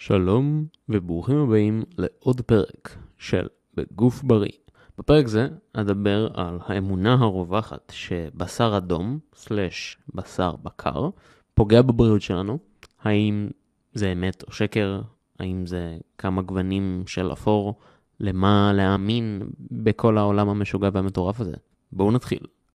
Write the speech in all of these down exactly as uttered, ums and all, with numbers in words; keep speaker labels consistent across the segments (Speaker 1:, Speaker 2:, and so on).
Speaker 1: שלום וברוכים הבאים לעוד פרק של בגוף בריא. בפרק זה אדבר על האמונה הרווחת שבשר אדום סלש בשר בקר פוגע בבריאות שלנו. האם זה אמת או שקר? האם זה כמה גוונים של אפור? למה להאמין בכל העולם המשוגע והמטורף הזה? בואו נתחיל.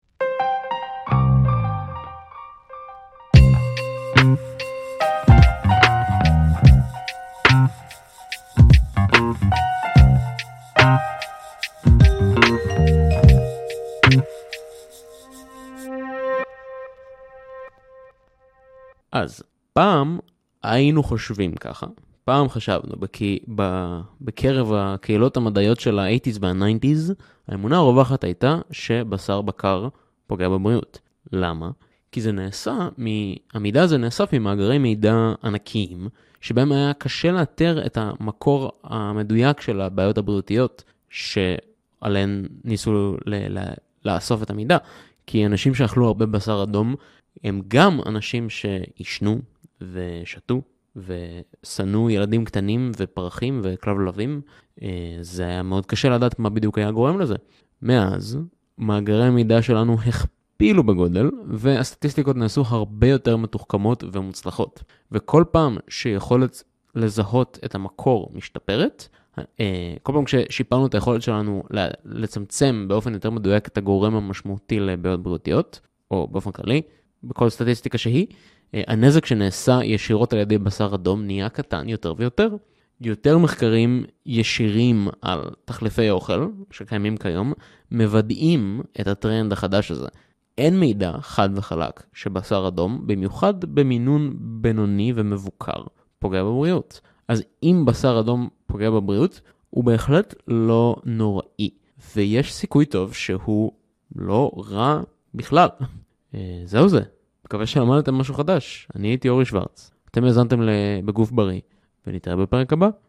Speaker 1: אז פעם היינו חושבים ככה, פעם חשבנו, בכי, ב, בקרב הקהילות המדעיות של ה-שמונים וה-תשעים, האמונה הרווחת הייתה שבשר בקר פוגע בבריאות. למה? כי זה נעשה, המידע הזה נאסף ממאגרי מידע ענקיים, שבהם היה קשה לאתר את המקור המדויק של הבעיות הבריאותיות, שעליהן ניסו ל- ל- לאסוף את המידע, כי אנשים שאכלו הרבה בשר אדום, הם גם אנשים שישנו ושתו וסנו ילדים קטנים ופרחים וכלבלבים. זה היה מאוד קשה לדעת מה בדיוק היה גורם לזה. מאז, מאגרי המידע שלנו הכפילו בגודל, והסטטיסטיקות נעשו הרבה יותר מתוחכמות ומוצלחות. וכל פעם שיכולת לזהות את המקור משתפרת, כל פעם כששיפרנו את היכולת שלנו לצמצם באופן יותר מדויק את הגורם המשמעותי לבעיות בריאותיות, או באופן כללי, בכל סטטיסטיקה שהיא, הנזק שנעשה ישירות על ידי בשר אדום נהיה קטן יותר ויותר. יותר מחקרים ישירים על תחליפי אוכל, שקיימים כיום, מוודאים את הטרנד החדש הזה. אין מידע חד וחלק שבשר אדום, במיוחד במינון בינוני ומבוקר, פוגע בבריאות. אז אם בשר אדום פוגע בבריאות, הוא בהחלט לא נוראי. ויש סיכוי טוב שהוא לא רע בכלל. זהו זה. מקווה שלמדתם משהו חדש. אני הייתי אורי שוורץ. אתם האזנתם בגוף בריא, ונתראה בפרק הבא.